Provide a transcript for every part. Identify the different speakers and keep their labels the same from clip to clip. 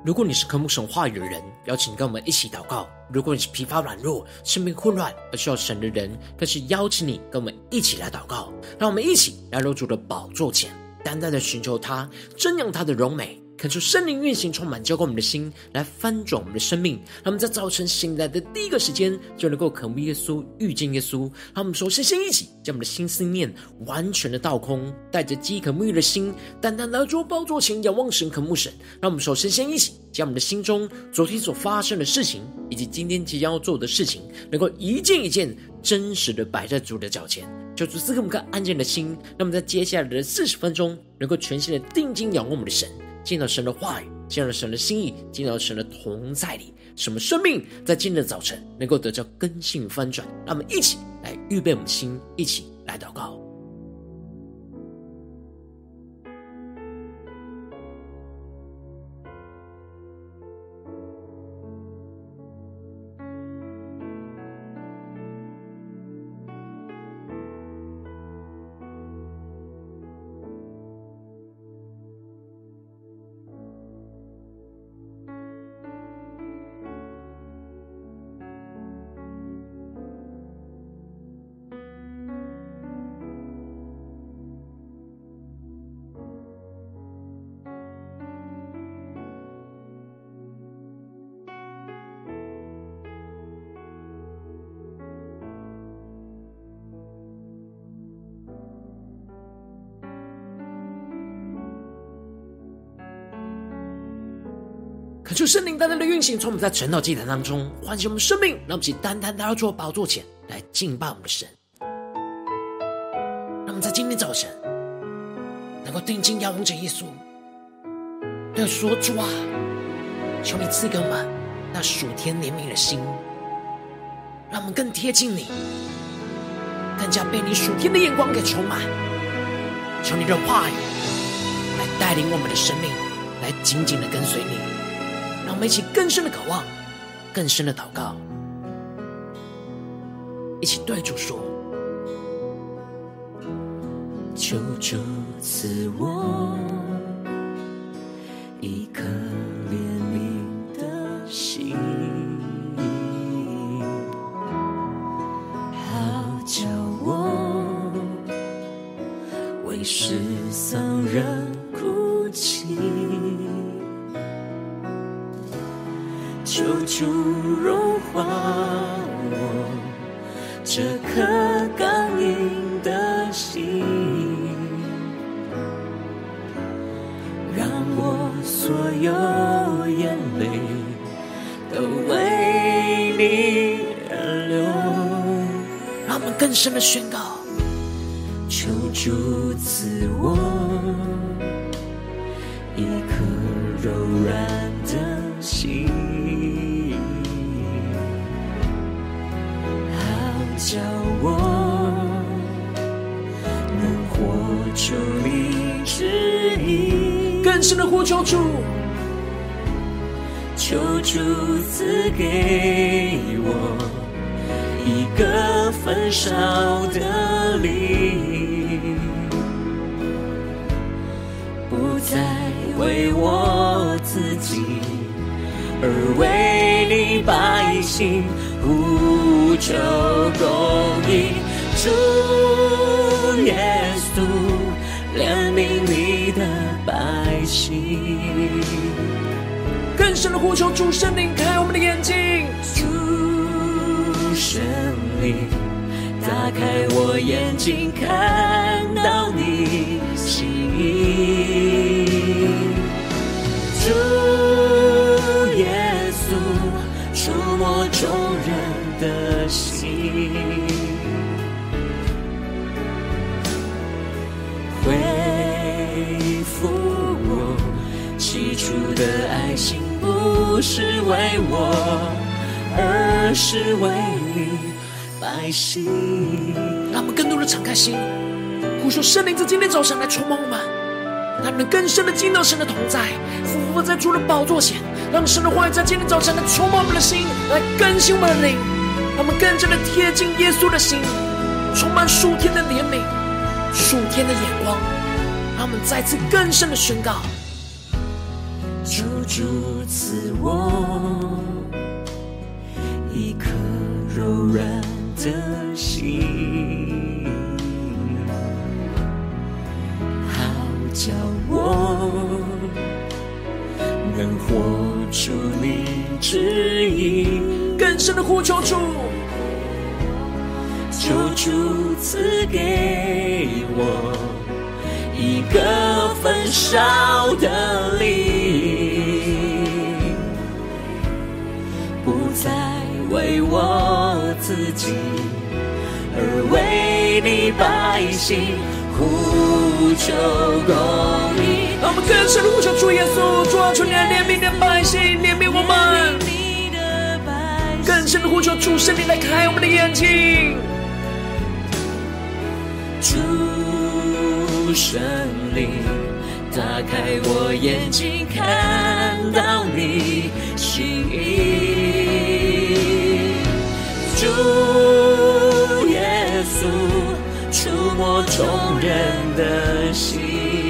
Speaker 1: 如果你是渴慕神话语的人，邀请跟我们一起祷告；如果你是疲乏软弱、生命混乱而需要神的人，更是邀请你跟我们一起来祷告。让我们一起来到主的宝座前，单单的寻求他，瞻仰他的荣美，恳求圣灵运行充满浇灌我们的心，来翻转我们的生命。让我们在早晨醒来的第一个时间就能够渴慕耶稣，遇见耶稣。让我们首先一起将我们的心思念完全的倒空，带着饥渴沐浴的心，单单来到宝座前仰望神，渴慕神。让我们首先一起将我们的心中昨天所发生的事情，以及今天即将要做的事情，能够一件一件真实的摆在主的脚前，求主赐给我们个安静的心，让我们在接下来的40分钟能够全心的定睛仰望我们的神，见到神的话语，见到神的心意，见到神的同在里，使我们生命在今天的早晨能够得到更新与翻转。让我们一起来预备我们的心，一起来祷告。恳求圣灵单单的运行，从我们在晨祷祭坛当中唤醒我们生命，让我们一起单单来到主的宝座前来敬拜我们的神。让我们在今天早晨能够定睛仰望着耶稣，对说：主啊，求你赐给我们那属天怜悯的心，让我们更贴近你，更加被你属天的眼光给充满。求你的话语来带领我们的生命，来紧紧的跟随你。让我们一起更深的渴望，更深的祷告，一起对主说：
Speaker 2: 求主赐我一颗怜悯的心，好叫我为失丧人哭泣。求主融化我这颗刚硬的心，让我所有眼泪都为你而流。
Speaker 1: 让我们更深的宣告：
Speaker 2: 求主赐我一颗柔软的心，叫我能活出你旨意。
Speaker 1: 更深的呼求主，
Speaker 2: 求主赐给我一个焚烧的灵，不再为我自己，而为你百姓呼求公义。主耶稣，怜悯你的百姓。
Speaker 1: 更深的呼求主圣灵，开我们的眼睛。
Speaker 2: 主圣灵，打开我眼睛，看到你心意。主耶稣，触摸众人的心，恢复我起初的爱心，不是为我，而是为你百姓。
Speaker 1: 让我们更多的敞开心，呼求圣灵在今天早上来充满我们，让我们更深的进到神的同在，俯伏在主的宝座前，让神的话语在今天早晨来充满我们的心，来更新我们的灵，让我们更加的贴近耶稣的心，充满属天的怜悯，属天的眼光。让我们再次更深的宣告：
Speaker 2: 求主赐我一颗柔软的心，好叫我能活出你旨意。
Speaker 1: 更深的呼求主，
Speaker 2: 求主赐给我一个焚烧的灵，不再为我自己，而为你百姓呼求公义。
Speaker 1: 让我们更深的呼求主耶稣，主啊，求你来怜悯你的百姓，怜悯我们。更深的呼求主圣灵来开我们的眼睛，
Speaker 2: 主圣灵打开我眼睛，看到你心意。主耶稣触摸众人的心，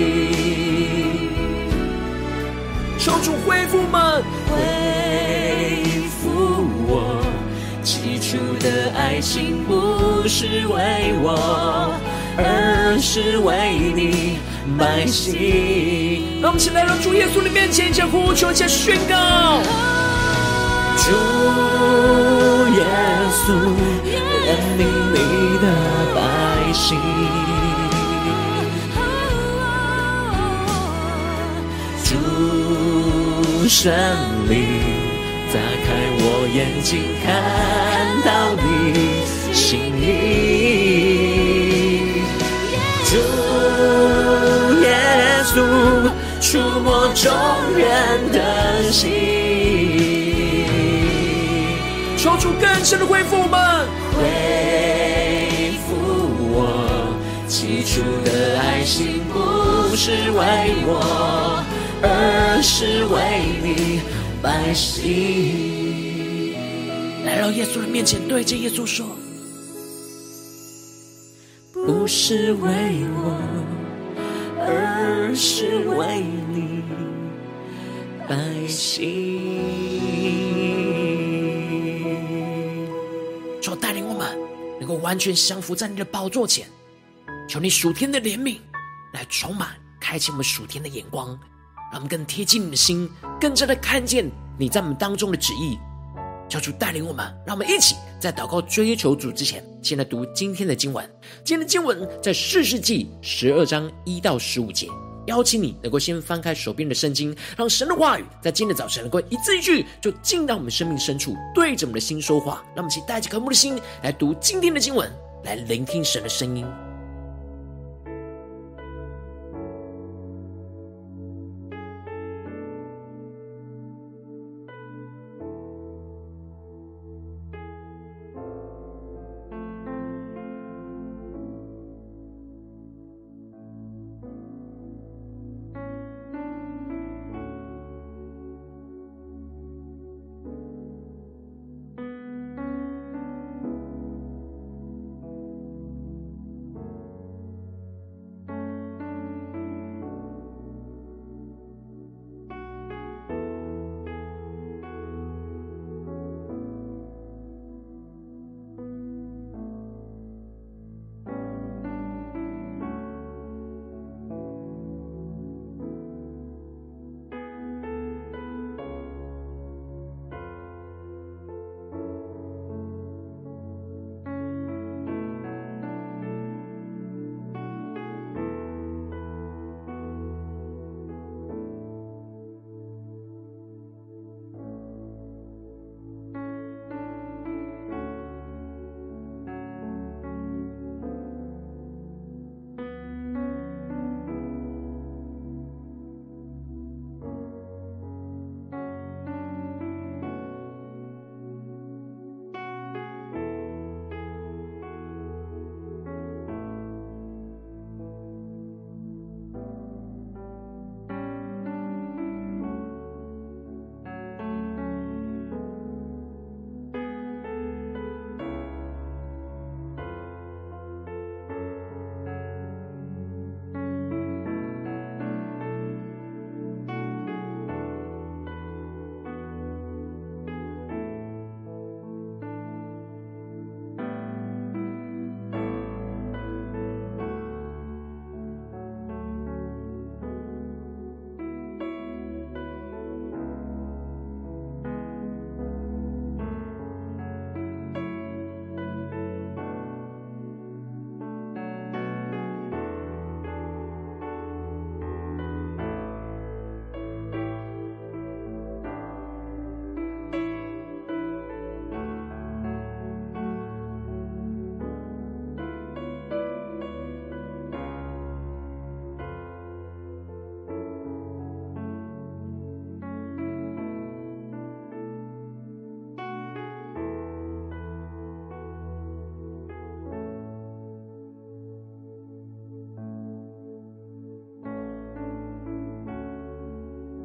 Speaker 1: 求主恢复们，
Speaker 2: 恢复我起初的爱心，不是为我，而是为你百姓。
Speaker 1: 让我们一起来到主耶稣的面前，一起呼求，一起宣告。
Speaker 2: 主耶稣，怜悯你的百姓。主圣灵，打开我眼睛，看到你心意。主耶稣，触摸众人的心，
Speaker 1: 求主更深的恢复我们，
Speaker 2: 恢复我起初的爱心，不是为我，而是为你百姓。
Speaker 1: 来到耶稣的面前，对着耶稣说，
Speaker 2: 不是为我，而是为你百姓。
Speaker 1: 求带领我们能够完全降服在你的宝座前，求你属天的怜悯来充满开启我们属天的眼光，让我们更贴近你的心，更加的看见你在我们当中的旨意。求主带领我们，让我们一起在祷告追求主之前，先来读今天的经文。今天的经文在士世记12章1到15节。邀请你能够先翻开手边的圣经，让神的话语在今天的早晨能够一字一句就进到我们生命深处，对着我们的心说话。让我们一起带着渴慕的心来读今天的经文，来聆听神的声音。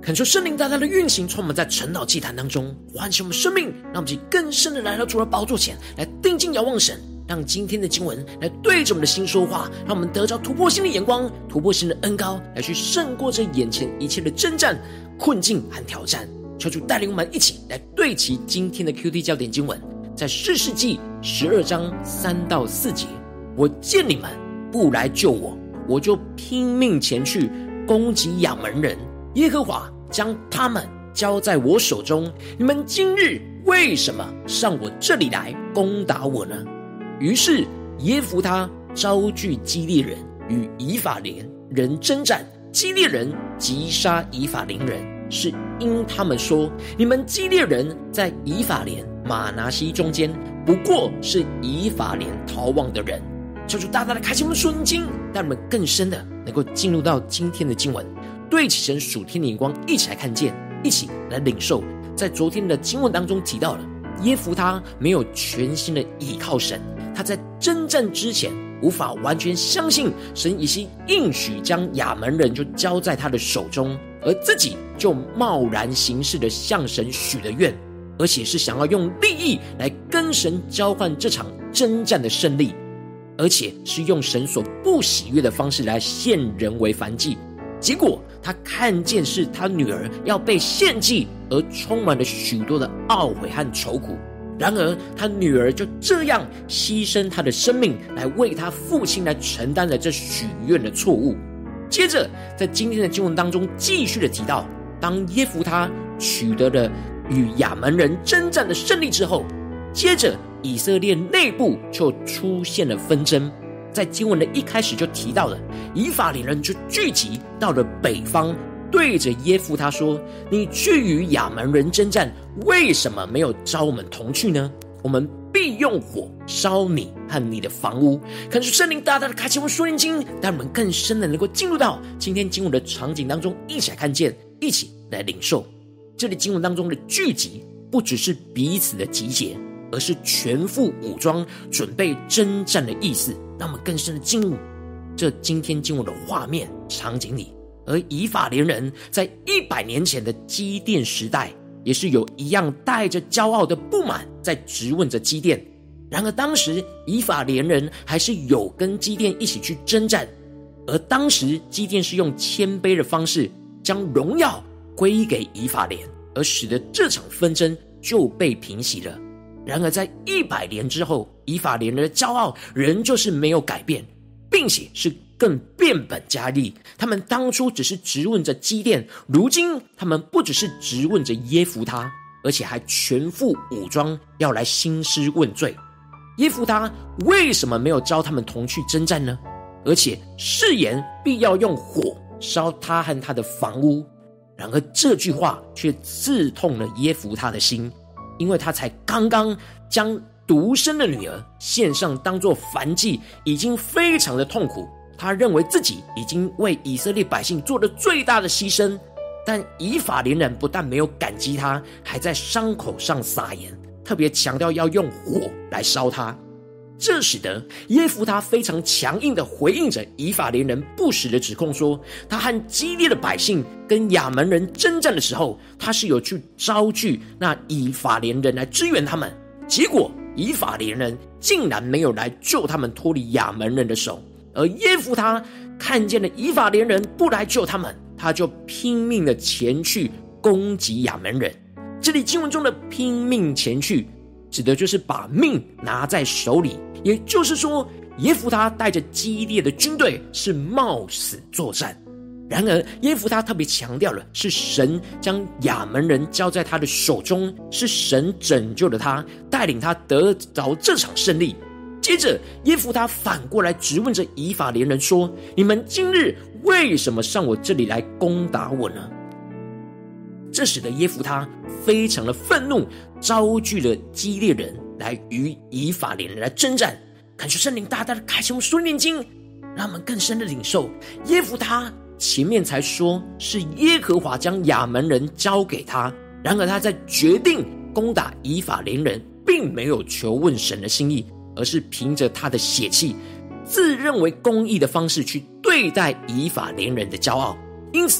Speaker 1: 恳求圣灵大大的运行，充满在晨祷祭坛当中，唤醒我们生命，让我们更深的来到主的宝座前来定睛遥望神，让今天的经文来对着我们的心说话，让我们得着突破性的眼光，突破性的恩膏，来去胜过这眼前一切的征战、困境和挑战。求主带领我们一起来对齐今天的 QT 焦点经文，在士师记12章3到4节。我见你们不来救我，我就拼命前去攻击亚门人，耶和华将他们交在我手中，你们今日为什么上我这里来攻打我呢？于是耶弗他招聚基列人与以法莲人征战，基列人击杀以法莲人，是因他们说，你们基列人在以法莲、玛拿西中间，不过是以法莲逃亡的人。求主大大的开启我们属经，让我们更深的能够进入到今天的经文，对齐神属天的眼光，一起来看见，一起来领受。在昨天的经文当中提到了，耶弗他没有全心的倚靠神，他在征战之前无法完全相信神已经应许将亚门人就交在他的手中，而自己就贸然行事的向神许了愿，而且是想要用利益来跟神交换这场征战的胜利，而且是用神所不喜悦的方式来献人为燔祭。结果他看见是他女儿要被献祭，而充满了许多的懊悔和愁苦。然而他女儿就这样牺牲他的生命，来为他父亲来承担了这许愿的错误。接着在今天的经文当中继续的提到，当耶弗他取得了与亚门人征战的胜利之后，接着以色列内部就出现了纷争。在经文的一开始就提到了，以法莲人就聚集到了北方，对着耶弗他说，你去与亚门人征战，为什么没有召我们同去呢？我们必用火烧你和你的房屋。恳求圣灵大大的开启我们属灵经，让我们更深的能够进入到今天经文的场景当中，一起来看见，一起来领受。这里经文当中的聚集不只是彼此的集结，而是全副武装准备征战的意思。让我们更深的进入这今天经文的画面场景里。而以法莲人在100年前的基甸时代，也是有一样带着骄傲的不满在质问着基甸。然而当时以法莲人还是有跟基甸一起去征战，而当时基甸是用谦卑的方式将荣耀归给以法莲，而使得这场纷争就被平息了。然而在100年之后，以法莲人的骄傲仍旧是没有改变，并且是更变本加厉。他们当初只是质问着基甸，如今他们不只是质问着耶弗他，而且还全副武装要来兴师问罪。耶弗他为什么没有召他们同去征战呢？而且誓言必要用火烧他和他的房屋。然而这句话却刺痛了耶弗他的心，因为他才刚刚将独生的女儿献上当作燔祭，已经非常的痛苦。他认为自己已经为以色列百姓做了最大的牺牲，但以法莲人不但没有感激他，还在伤口上撒盐，特别强调要用火来烧他。这使得耶弗他非常强硬的回应着以法莲人不实的指控，说他和基列的百姓跟亚门人征战的时候，他是有去招聚那以法莲人来支援他们，结果以法莲人竟然没有来救他们脱离亚门人的手。而耶弗他看见了以法莲人不来救他们，他就拼命的前去攻击亚门人。这里经文中的拼命前去，指的就是把命拿在手里，也就是说耶弗他带着基列的军队是冒死作战。然而耶弗他特别强调了，是神将亚门人交在他的手中，是神拯救了他，带领他得着这场胜利。接着耶弗他反过来质问着以法莲人说，你们今日为什么上我这里来攻打我呢？这使得耶弗他非常的愤怒，招聚了基列人来与以法莲人来征战。恳求圣灵大大的开启我们属灵眼睛，让我们更深的领受耶弗他前面才说是耶和华将亚门人交给他，然而他在决定攻打以法莲人，并没有求问神的心意，而是凭着他的血气，自认为公义的方式去对待以法莲人的骄傲。因此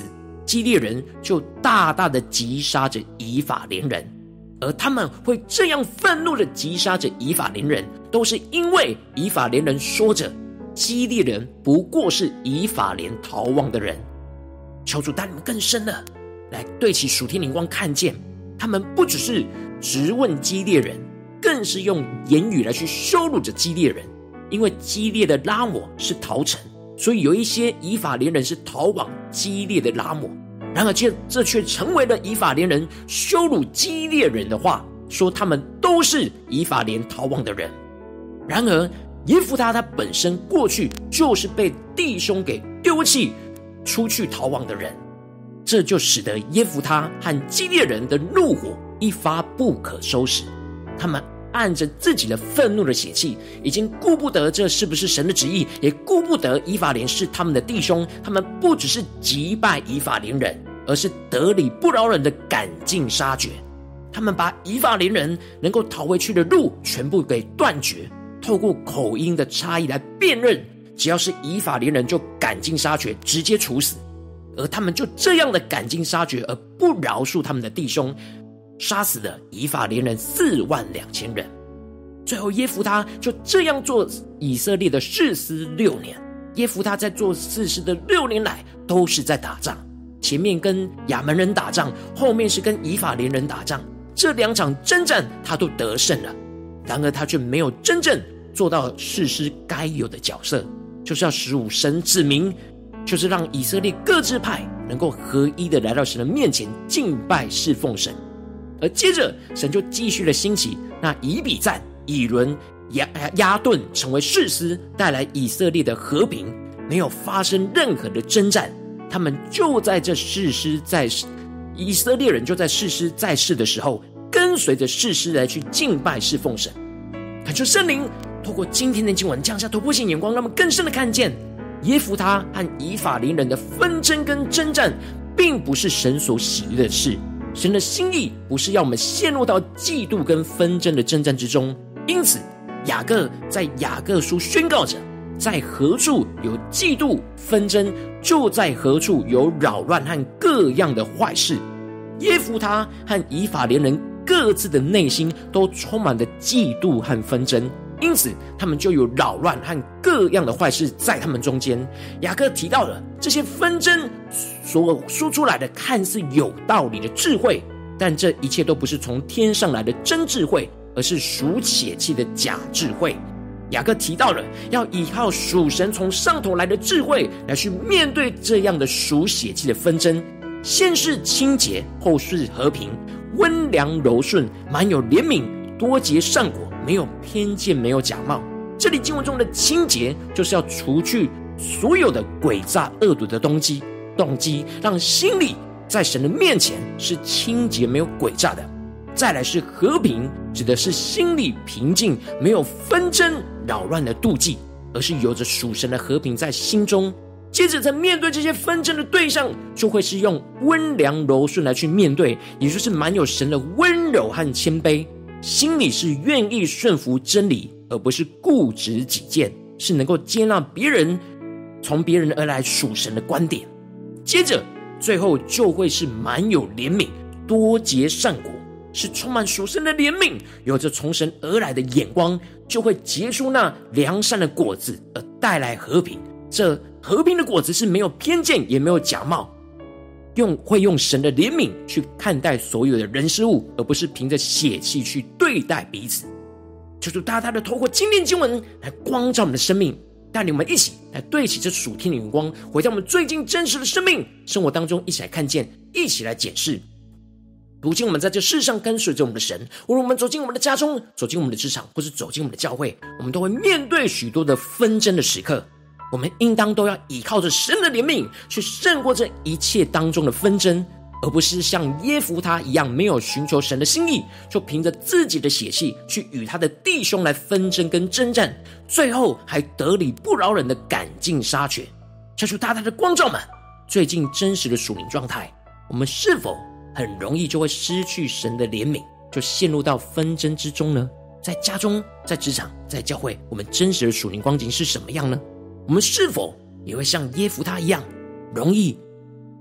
Speaker 1: 基列人就大大的击杀着以法莲人。而他们会这样愤怒的击杀着以法莲人，都是因为以法莲人说着基列人不过是以法莲逃亡的人。求主带你们更深的来对齐属天灵光，看见他们不只是质问基列人，更是用言语来去羞辱着基列人。因为基列的拉抹是逃城，所以有一些以法莲人是逃往基列的拉抹。然而这却成为了以法莲人羞辱基列人的话，说他们都是以法莲逃亡的人。然而耶弗他本身过去就是被弟兄给丢弃出去逃亡的人，这就使得耶弗他和基列人的怒火一发不可收拾。他们按着自己的愤怒的血气，已经顾不得这是不是神的旨意，也顾不得以法莲是他们的弟兄。他们不只是击败以法莲人，而是得理不饶人的赶尽杀绝。他们把以法莲人能够逃回去的路全部给断绝，透过口音的差异来辨认，只要是以法莲人就赶尽杀绝，直接处死。而他们就这样的赶尽杀绝，而不饶恕他们的弟兄，杀死了以法莲人42000人。最后耶弗他就这样做以色列的士师6年。耶弗他在做士师的6年来都是在打仗，前面跟亚门人打仗，后面是跟以法莲人打仗，这2场征战他都得胜了。然而他却没有真正做到士师该有的角色，就是要使神指明，就是让以色列各支派能够合一的来到神的面前敬拜侍奉神。而接着神就继续的兴起那以比赞、以伦、亚顿成为士师，带来以色列的和平，没有发生任何的征战。他们就在这士师以色列人就在士师在世的时候，跟随着士师来去敬拜侍奉神。恳求圣灵透过今天的经文降下突破性眼光，让我们更深的看见耶弗他和以法莲人的纷争跟征战并不是神所喜悦的事。神的心意不是要我们陷入到嫉妒跟纷争的征战之中。因此雅各在雅各书宣告着，在何处有嫉妒纷争，就在何处有扰乱和各样的坏事。耶弗他和以法莲人各自的内心都充满了嫉妒和纷争，因此他们就有扰乱和各样的坏事在他们中间。雅各提到了这些纷争所说出来的看似有道理的智慧，但这一切都不是从天上来的真智慧，而是属血气的假智慧。雅各提到了要依靠属神从上头来的智慧来去面对这样的属血气的纷争，先是清洁，后是和平，温良柔顺，满有怜悯，多结善果，没有偏见，没有假冒。这里经文中的清洁，就是要除去所有的诡诈恶毒的动机，让心里在神的面前是清洁没有诡诈的。再来是和平，指的是心里平静，没有纷争扰乱的妒忌，而是有着属神的和平在心中。接着在面对这些纷争的对象，就会是用温良柔顺来去面对，也就是满有神的温柔和谦卑，心里是愿意顺服真理，而不是固执己见，是能够接纳别人从别人而来属神的观点。接着最后就会是满有怜悯，多结善果，是充满属神的怜悯，有着从神而来的眼光，就会结出那良善的果子，而带来和平。这和平的果子是没有偏见，也没有假冒，会用神的怜悯去看待所有的人事物，而不是凭着血气去对待彼此。求主大大的透过今天经文来光照我们的生命，带领我们一起来对齐这属天的眼光，回到我们最近真实的生命生活当中，一起来看见，一起来检视。如今我们在这世上跟随着我们的神，无论我们走进我们的家中，走进我们的职场，或是走进我们的教会，我们都会面对许多的纷争的时刻。我们应当都要依靠着神的怜悯，去胜过这一切当中的纷争，而不是像耶弗他一样没有寻求神的心意，就凭着自己的血气去与他的弟兄来纷争跟征战，最后还得理不饶人的赶尽杀绝。求主大大的光照们最近真实的属灵状态，我们是否很容易就会失去神的怜悯，就陷入到纷争之中呢？在家中，在职场，在教会，我们真实的属灵光景是什么样呢？我们是否也会像耶弗他一样，容易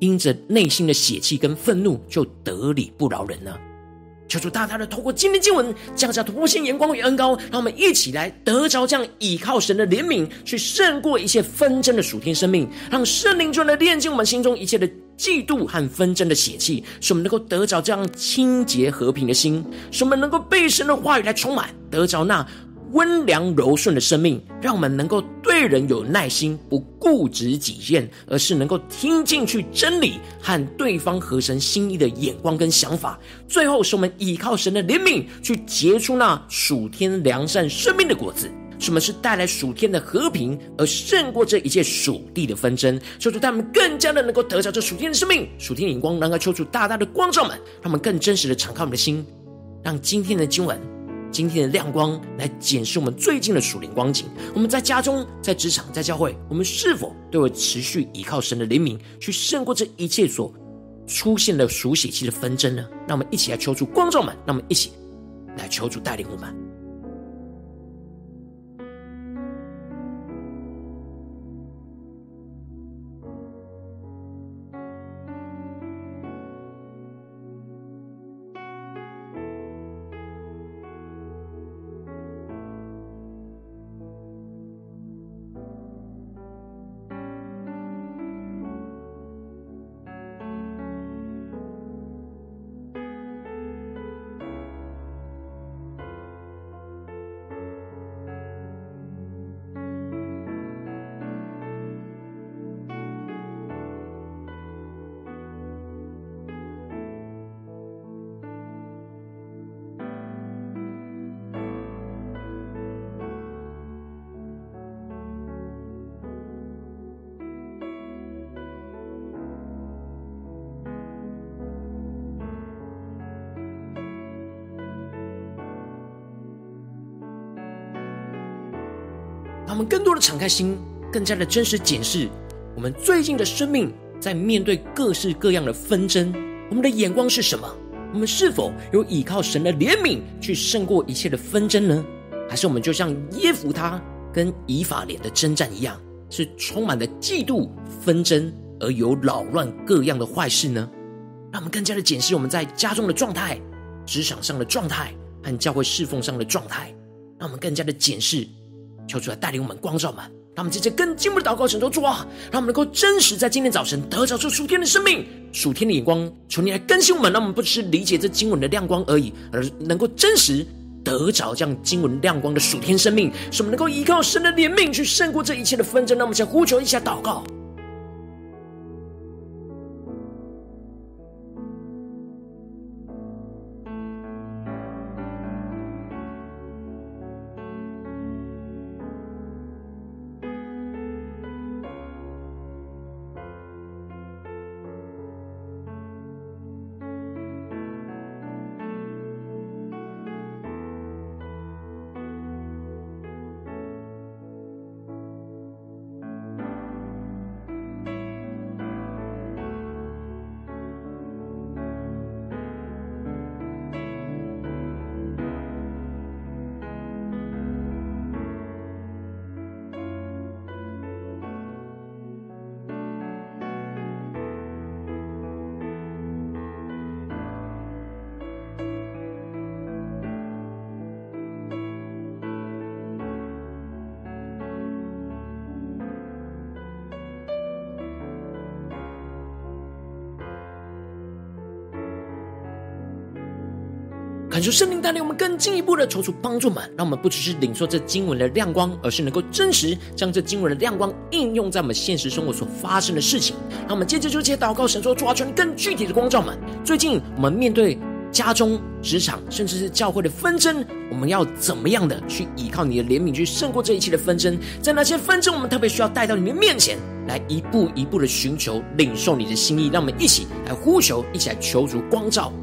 Speaker 1: 因着内心的血气跟愤怒就得理不饶人呢？求主大大的透过今天经文降下突破性眼光与恩膏，让我们一起来得着这样倚靠神的怜悯，去胜过一切纷争的属天生命，让圣灵中的炼净我们心中一切的嫉妒和纷争的血气，使我们能够得着这样清洁和平的心，使我们能够被神的话语来充满，得着那温良柔顺的生命，让我们能够对人有耐心，不固执己见，而是能够听进去真理和对方合神心意的眼光跟想法。最后是我们依靠神的怜悯，去结出那属天良善生命的果子，使我们是带来属天的和平，而胜过这一切属地的纷争。求主他们更加的能够得着这属天的生命，属天的眼光，能够求主大大的光照们，让我们更真实的敞开我们的心，让今天的经文，今天的亮光来检视我们最近的属灵光景。我们在家中，在职场，在教会，我们是否都有持续依靠神的怜悯，去胜过这一切所出现的属血气的纷争呢？让我们一起来求主光照们，让我们一起来求主带领我们。让我们更多的敞开心，更加的真实检视我们最近的生命，在面对各式各样的纷争，我们的眼光是什么？我们是否有依靠神的怜悯去胜过一切的纷争呢？还是我们就像耶弗他跟以法莲的征战一样，是充满了嫉妒纷争，而有扰乱各样的坏事呢？让我们更加的检视我们在家中的状态、职场上的状态和教会侍奉上的状态，让我们更加的检视，求主来带领我们光照们，让我们接着更进一步的祷告，神说主啊，让我们能够真实在今天早晨得着这属天的生命、属天的眼光，求你来更新我们，让我们不只是理解这经文的亮光而已，而能够真实得着这样经文亮光的属天生命，使我们能够依靠神的怜悯去胜过这一切的纷争。让我们先呼求一下祷告。恳求圣灵带领我们更进一步的求主帮助们，让我们不只是领受这经文的亮光，而是能够真实将这经文的亮光应用在我们现实生活所发生的事情。让我们接着就祷告，神说主啊，求你更具体的光照们。最近我们面对家中、职场甚至是教会的纷争，我们要怎么样的去依靠你的怜悯去胜过这一切的纷争？在哪些纷争我们特别需要带到你的面前来，一步一步的寻求领受你的心意？让我们一起来呼求，一起来求主光照。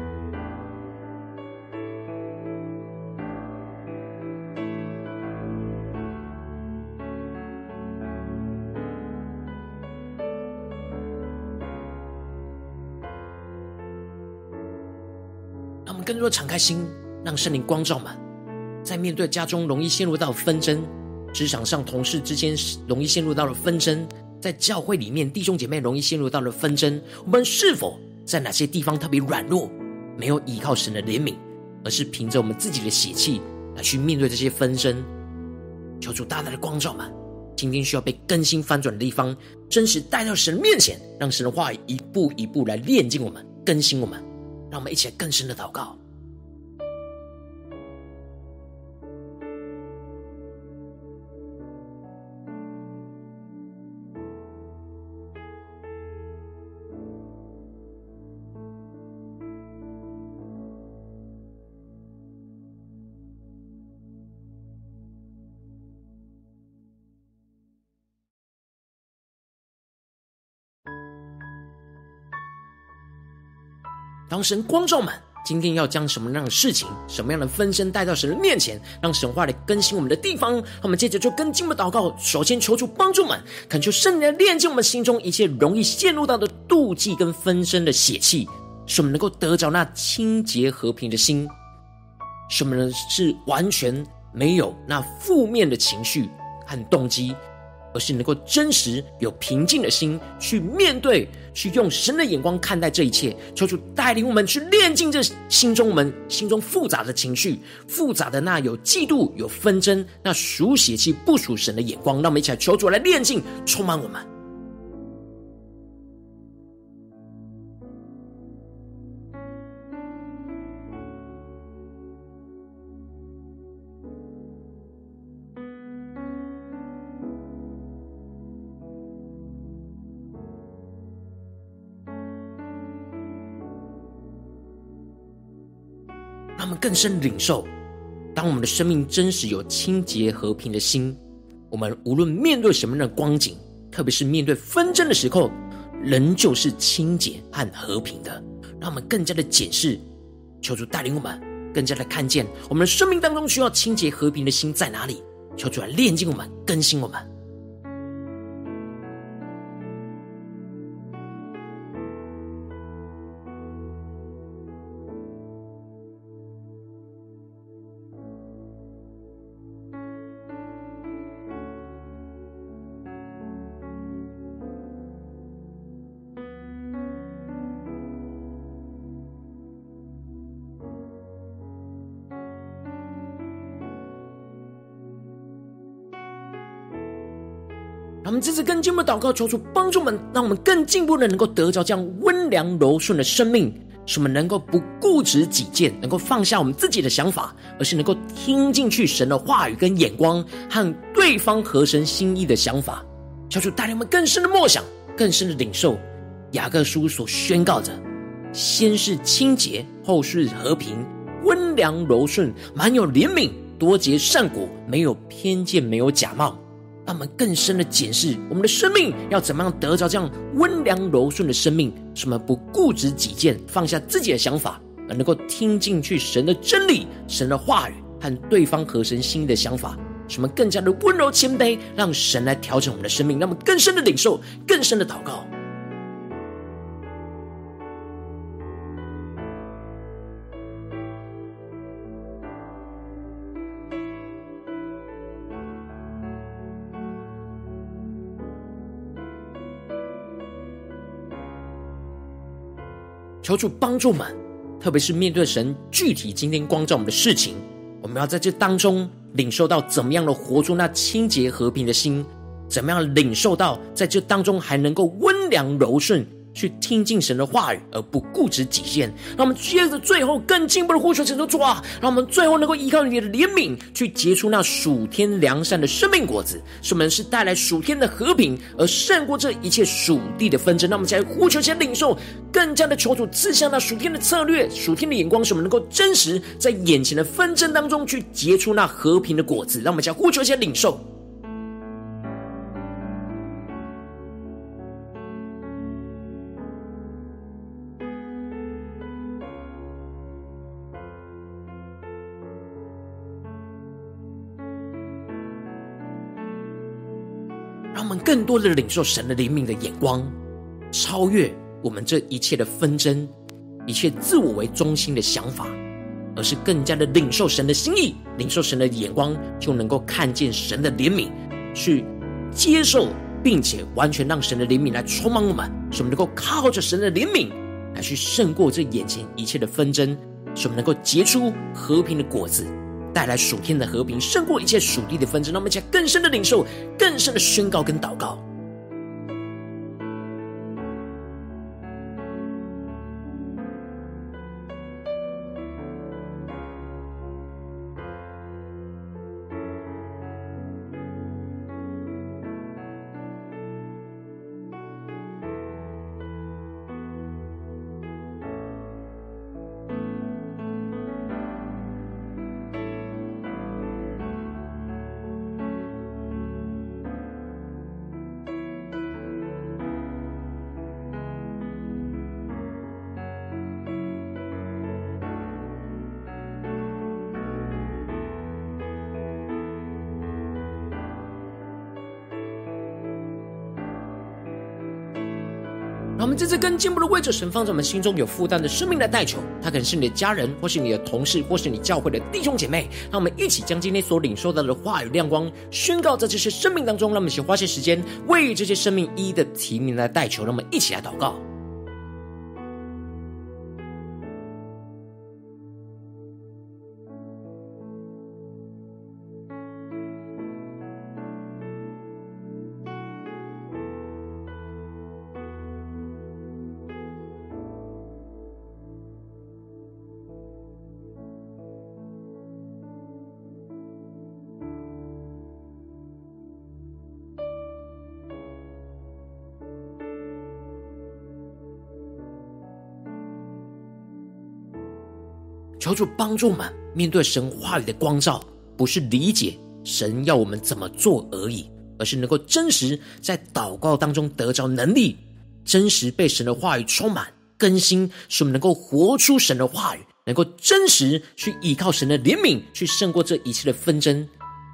Speaker 1: 让我们更多的敞开心，让圣灵光照们，在面对家中容易陷入到纷争，职场上同事之间容易陷入到了纷争， 在教会里面弟兄姐妹容易陷入到了纷争，我们是否在哪些地方特别软弱，没有依靠神的怜悯，而是凭着我们自己的血气来去面对这些纷争？求主大大的光照们，今天需要被更新翻转的地方，真实带到神面前，让神的话语一步一步来炼净我们，更新我们。让我们一起来更深的祷告。当神光照们今天要将什么样的事情，什么样的分身带到神的面前，让神话来更新我们的地方，我们接着就跟进我们的祷告。首先求主帮助们，恳求圣灵来炼净我们心中一切容易陷入到的妒忌跟纷争的血气，使我们能够得着那清洁和平的心，使我们是完全没有那负面的情绪和动机，而是能够真实有平静的心去面对，去用神的眼光看待这一切。求主带领我们去炼净这我们心中复杂的情绪，复杂的那有嫉妒有纷争，那属血气不属神的眼光。让我们一起来求主来炼净充满我们。让我们更深领受，当我们的生命真实有清洁和平的心，我们无论面对什么样的光景，特别是面对纷争的时候，仍旧是清洁和和平的。让我们更加的检视，求主带领我们更加的看见我们的生命当中需要清洁和平的心在哪里。求主来炼净我们，更新我们。让我们这次更进一步的祷告，求主帮助我们，让我们更进一步的能够得着这样温良柔顺的生命，使我们能够不固执己见，能够放下我们自己的想法，而是能够听进去神的话语跟眼光，和对方合神心意的想法。求主带领我们更深的默想，更深的领受雅各书所宣告着，先是清洁，后是和平，温良柔顺，满有怜悯，多结善果，没有偏见，没有假冒。让我们更深的检视我们的生命要怎么样得着这样温良柔顺的生命，使我们不固执己见，放下自己的想法，而能够听进去神的真理，神的话语和对方合神心意的想法，使我们更加的温柔谦卑，让神来调整我们的生命，让我们更深的领受，更深的祷告。求主帮助我们，特别是面对神具体今天光照我们的事情，我们要在这当中领受到怎么样的活出那清洁和平的心，怎么样领受到在这当中还能够温良柔顺，去听进神的话语，而不固执己见。让我们接着最后更进一步的呼求神说，主啊，让我们最后能够依靠你的怜悯，去结出那属天良善的生命果子，使我们是带来属天的和平，而胜过这一切属地的纷争。让我们起来呼求，起来领受，更加的求主赐下那属天的策略，属天的眼光，使我们能够真实在眼前的纷争当中去结出那和平的果子。让我们起来呼求，起来领受。让我们更多的领受神的怜悯的眼光，超越我们这一切的纷争，一切自我为中心的想法，而是更加的领受神的心意，领受神的眼光，就能够看见神的怜悯，去接受并且完全让神的怜悯来充满我们，使我们能够靠着神的怜悯来去胜过这眼前一切的纷争，使我们能够结出和平的果子，带来属天的和平，胜过一切属地的纷争。让我们一起来更深的领受，更深的宣告跟祷告。让我们这次更进一步的为着神放在我们心中有负担的生命来代求，他可能是你的家人，或是你的同事，或是你教会的弟兄姐妹。让我们一起将今天所领受到的话语亮光宣告在这些生命当中。让我们一起花些时间为这些生命一一的提名来代求。让我们一起来祷告。求主帮助我们面对神话语的光照，不是理解神要我们怎么做而已，而是能够真实在祷告当中得着能力，真实被神的话语充满更新，使我们能够活出神的话语，能够真实去依靠神的怜悯，去胜过这一切的纷争。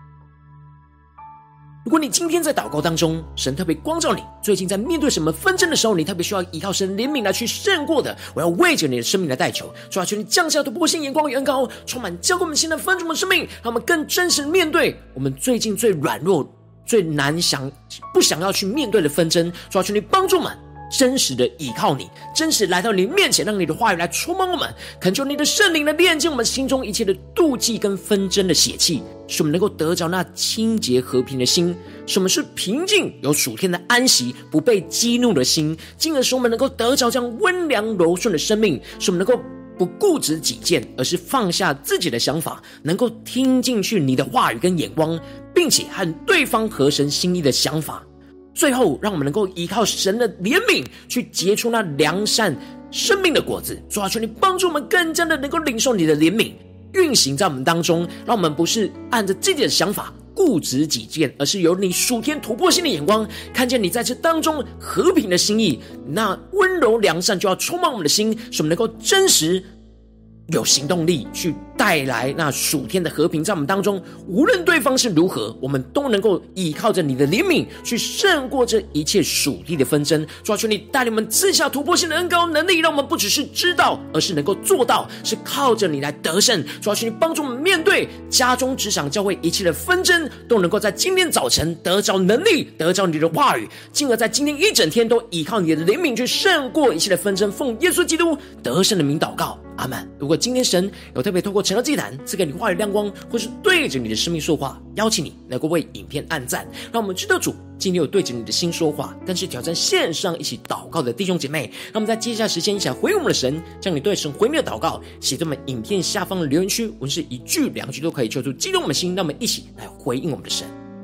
Speaker 1: 如果你今天在祷告当中，神特别光照你，最近在面对什么纷争的时候，你特别需要依靠神的怜悯来去胜过的，我要为着你的生命来代求，主啊，求你降下突破性眼光与恩膏，充满浇灌我们新的分盛的生命，让我们更真实面对我们最近最软弱、最难不想要去面对的纷争。主啊，求你帮助我们真实的依靠你，真实来到你面前，让你的话语来充满我们，恳求你的圣灵来炼净我们心中一切的妒忌跟纷争的血气，使我们能够得着那清洁和平的心，使我们是平静有属天的安息，不被激怒的心，进而使我们能够得着这样温良柔顺的生命，使我们能够不固执己见，而是放下自己的想法，能够听进去你的话语跟眼光，并且和对方合神心意的想法。最后让我们能够依靠神的怜悯去结出那良善生命的果子。主啊，求你帮助我们更加的能够领受你的怜悯运行在我们当中，让我们不是按着自己的想法固执己见，而是有你属天突破性的眼光，看见你在这当中和平的心意，那温柔良善就要充满我们的心，使我们能够真实有行动力去带来那属天的和平在我们当中。无论对方是如何，我们都能够依靠着你的怜悯去胜过这一切属地的纷争。主啊，求你带领我们赐下突破性的恩膏能力，让我们不只是知道，而是能够做到，是靠着你来得胜。主啊，求你帮助我们面对家中职场教会一切的纷争，都能够在今天早晨得着能力，得着你的话语，进而在今天一整天都依靠你的怜悯去胜过一切的纷争。奉耶稣基督得胜的名祷告，阿们。如果今天神有特别透过晨祷祭坛赐给你话语亮光，或是对着你的生命说话，邀请你能够为影片按赞，让我们知道主今天有对着你的心说话。更是挑战线上一起祷告的弟兄姐妹，让我们在接下来时间一起来回应我们的神，将你对神回应的祷告写在我们影片下方的留言区，文字一句两句都可以，求出激动我们的心，让我们一起来回应我们的神。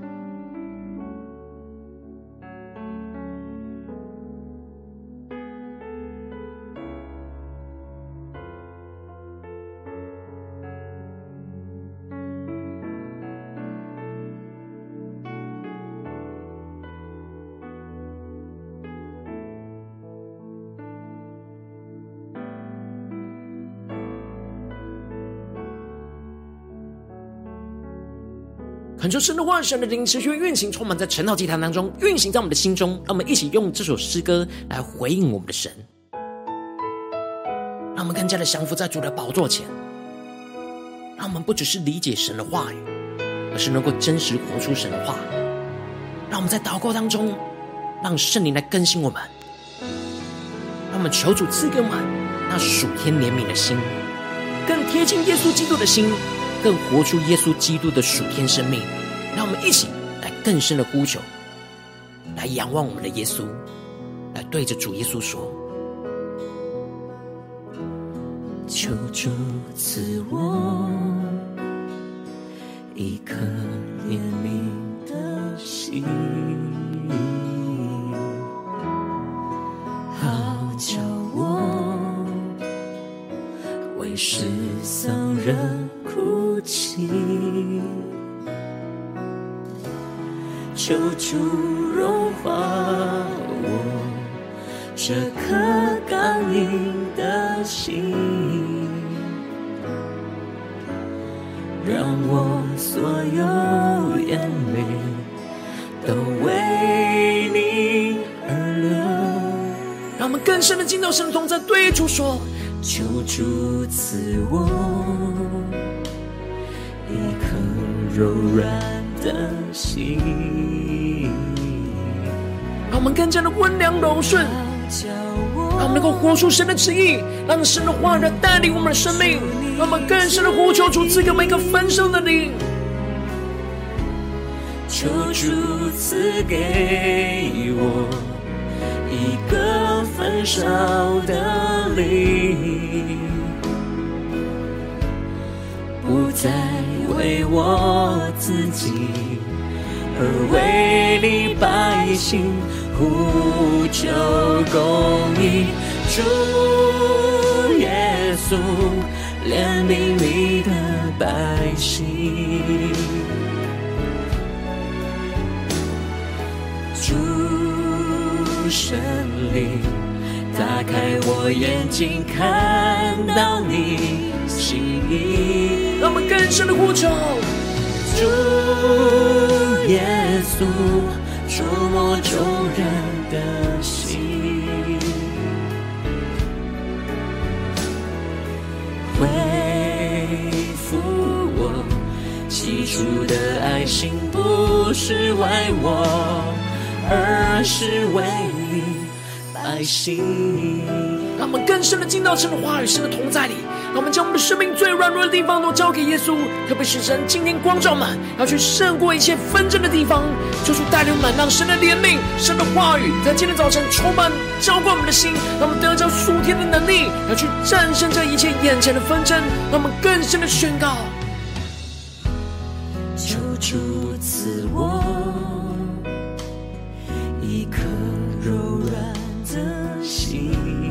Speaker 1: 恳求神的话语、神的灵持续运行，充满在晨祷祭坛当中，运行在我们的心中。让我们一起用这首诗歌来回应我们的神，让我们更加的降服在主的宝座前，让我们不只是理解神的话语，而是能够真实活出神的话。让我们在祷告当中让圣灵来更新我们，让我们求主赐给我们那属天怜悯的心，更贴近耶稣基督的心，更活出耶稣基督的属天生命。让我们一起来更深的呼求，来仰望我们的耶稣，来对着主耶稣说：
Speaker 2: 求主赐我一颗怜悯的心，好叫我为世丧人哭泣。求主融化我这颗刚硬的心，让我所有眼泪都为你而流。
Speaker 1: 让我们更深的进到神的同在，对主说：
Speaker 2: 求主赐我一颗柔软的心，
Speaker 1: 让我们更加的温良柔顺，让我们能够活出神的旨意，让神的话语来带领我们的生命，让我们更深的呼求主赐给我们一个丰盛的灵。
Speaker 2: 求主赐给我一个焚烧的灵，不再为我自己，而为你百姓呼求公义。主耶稣，怜悯你的百姓。主圣灵，打开我眼睛，看到你心意。
Speaker 1: 让我们更深的呼求，
Speaker 2: 主耶稣，触摸众人的心，恢复我起初的爱心，不是为我，而是为百姓。
Speaker 1: 让我们更深的进到神的话语、神的同在里，让我们将我们的生命最软弱的地方都交给耶稣，特别是神今天光照我们要去胜过一切纷争的地方，求主带领我们，让神的怜悯、神的话语在今天早晨充满浇灌我们的心，让我们得着属天的能力，要去战胜这一切眼前的纷争。让我们更深的宣告：
Speaker 2: 求主赐我一颗柔软的心，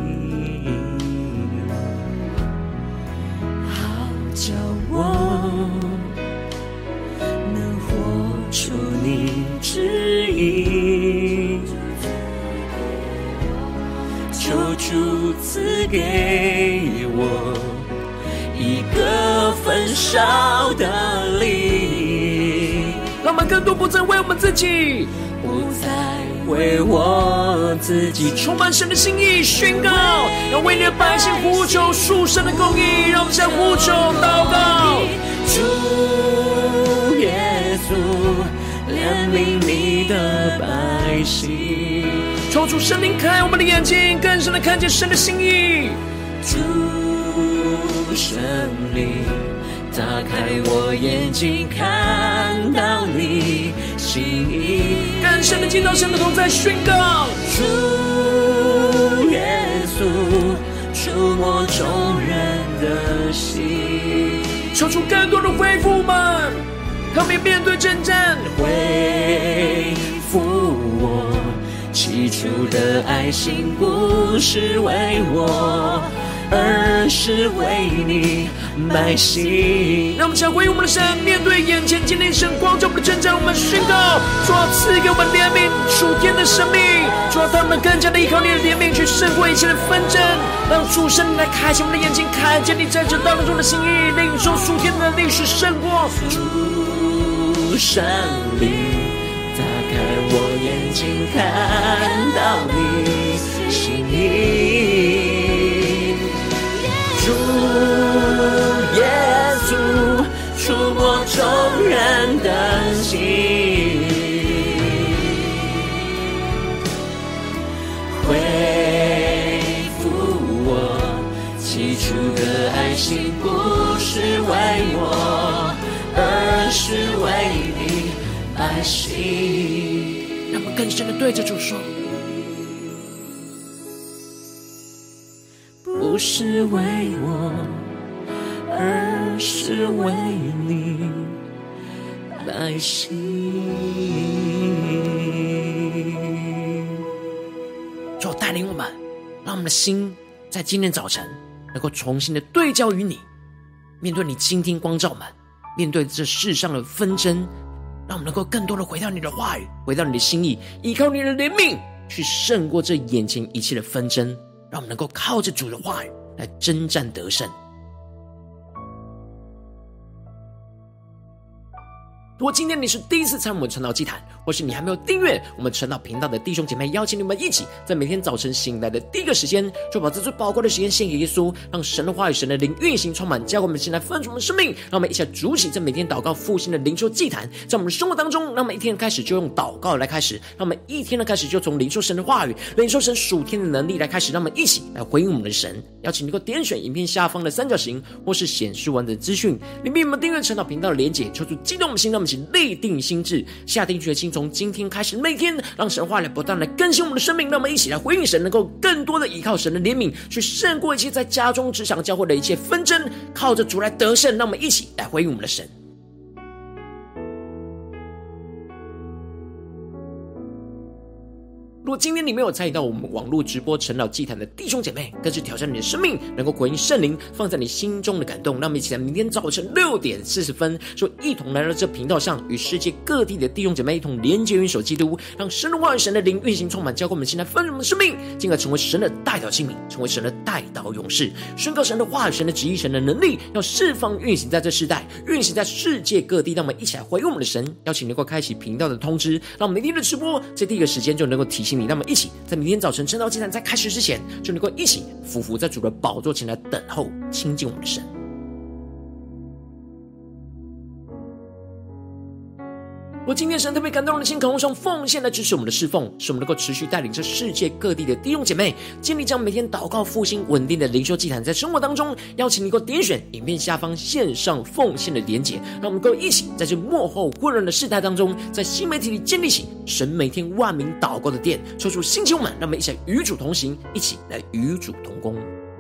Speaker 2: 好叫我能活出你旨意。求主赐给我一个焚烧的灵，
Speaker 1: 让我们更多不再为我们自己，
Speaker 2: 不再为我自己，
Speaker 1: 充满神的心意，宣告要为你的百姓呼求属神的公义。让我们向呼求祷告，
Speaker 2: 主耶稣，怜悯你的百姓，
Speaker 1: 求主圣灵开我们的眼睛，更深的看见神的心意。
Speaker 2: 主圣灵，打开我眼睛，看到你心意，
Speaker 1: 更深的进到神的同在，宣告
Speaker 2: 主耶稣，触摸众人的心，
Speaker 1: 求主更多的恢复我们，特别面对征战，
Speaker 2: 恢复我起初的爱心，不是为我，而是为你百姓。
Speaker 1: 让我们想回应我们的神，面对眼前今天神光照我们的征战，我们宣告主要赐给我们怜悯属天的生命，主要他们更加的依靠你的怜悯去胜过一切的纷争，让主圣灵来开启我们的眼睛，看见你在这当中的心意，领受属天的能力是胜过。
Speaker 2: 主圣灵，打开我眼睛，看到你心意。主耶稣，触摸众人的心， 心不是为我，而是为你百姓。
Speaker 1: 让我们更深的对着主说，
Speaker 2: 不是为我，而是为你百姓。
Speaker 1: 主带领我们，让我们的心在今天早晨能够重新的对焦于你，面对你今天光照们，面对这世上的纷争，让我们能够更多的回到你的话语，回到你的心意，依靠你的怜悯去胜过这眼前一切的纷争，让我们能够靠着主的话语来征战得胜。如果今天你是第一次参与我们晨祷祭坛，或是你还没有订阅我们晨祷频道的弟兄姐妹，邀请你们一起在每天早晨醒来的第一个时间，就把这最宝贵的时间献给耶稣，让神的话语、神的灵运行充满，教会我们现在丰足我们的生命。让我们一起来主起这每天祷告复兴的灵修祭坛，在我们的生活当中，让我们一天的开始就用祷告来开始，让我们一天的开始就从领受神的话语、领受神属天的能力来开始，让我们一起来回应我们的神。邀请你能够点选影片下方的三角形，或是显示完整资讯里面有没有订阅晨祷频道的连结，求主激动我们心，让我们一起立定心志，下定决心，从今天开始每天让神话来不断来更新我们的生命。让我们一起来回应神，能够更多的依靠神的怜悯，去胜过一切在家中、职场、教会的一切纷争，靠着主来得胜。让我们一起来回应我们的神。如果今天你没有参与到我们网络直播晨祷祭坛的弟兄姐妹，更是挑战你的生命，能够回应圣灵放在你心中的感动。让我们一起在明天早晨6:40，说一同来到这频道上，与世界各地的弟兄姐妹一同连接、元首基督，让神的话语、神的灵运行充满，教会我们现在丰盛的生命，进而成为神的代祷器皿，成为神的代祷勇士，宣告神的话语、神的旨意、神的能力，要释放运行在这世代，运行在世界各地。让我们一起来回应我们的神，邀请能够开启频道的通知，让每天的直播在第一个时间就能够提醒你。让我们一起在明天早晨晨祷祭坛在开始之前，就能够一起匍匐在主的宝座前来等候亲近我们的神。我今天神特别感动的心，渴望上奉献来支持我们的侍奉，使我们能够持续带领这世界各地的弟兄姐妹建立这样每天祷告复兴稳定的灵修祭坛。在生活当中，邀请你能够点选影片下方线上奉献的连结，让我们能够一起在这末后混乱的世代当中，在新媒体里建立起神每天万名祷告的殿，抽出新球们，让我们一起来与主同行，一起来与主同工。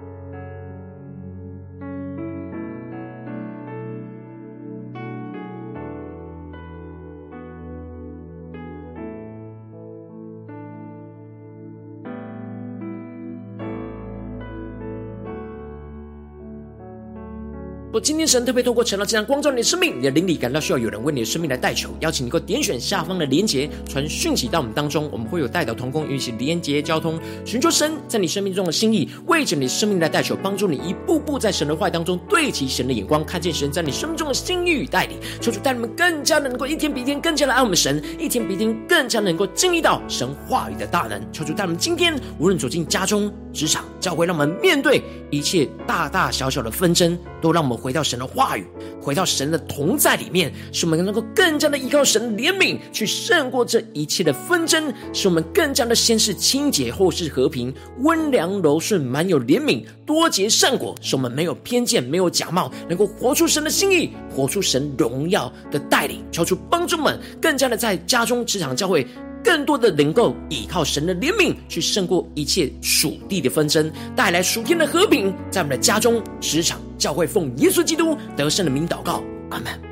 Speaker 1: 我今天神特别透过晨祷祭坛光照你的生命，你的灵里感到需要有人为你的生命来代求，邀请你能够点选下方的连结，传讯息到我们当中，我们会有代祷同工与其连结交通，寻求神在你生命中的心意，为着你的生命来代求，帮助你一步步在神的话语当中对齐神的眼光，看见神在你生命中的心意与带领。求主带你们更加的能够一天比一天更加的爱我们神，一天比一天更加能够经历到神话语的大能。求主带我们今天无论走进家中、职场、教会，让我们面对一切大大小小的纷争，都让我们回到神的话语，回到神的同在里面，使我们能够更加的依靠神的怜悯，去胜过这一切的纷争，使我们更加的先是清洁，后是和平，温良柔顺，满有怜悯，多结善果，使我们没有偏见，没有假冒，能够活出神的心意，活出神荣耀的带领。求主帮助我们更加的在家中、职场、教会，更多的能够依靠神的怜悯，去胜过一切属地的纷争，带来属天的和平，在我们的家中、职场、教会，奉耶稣基督得胜的名祷告，阿们。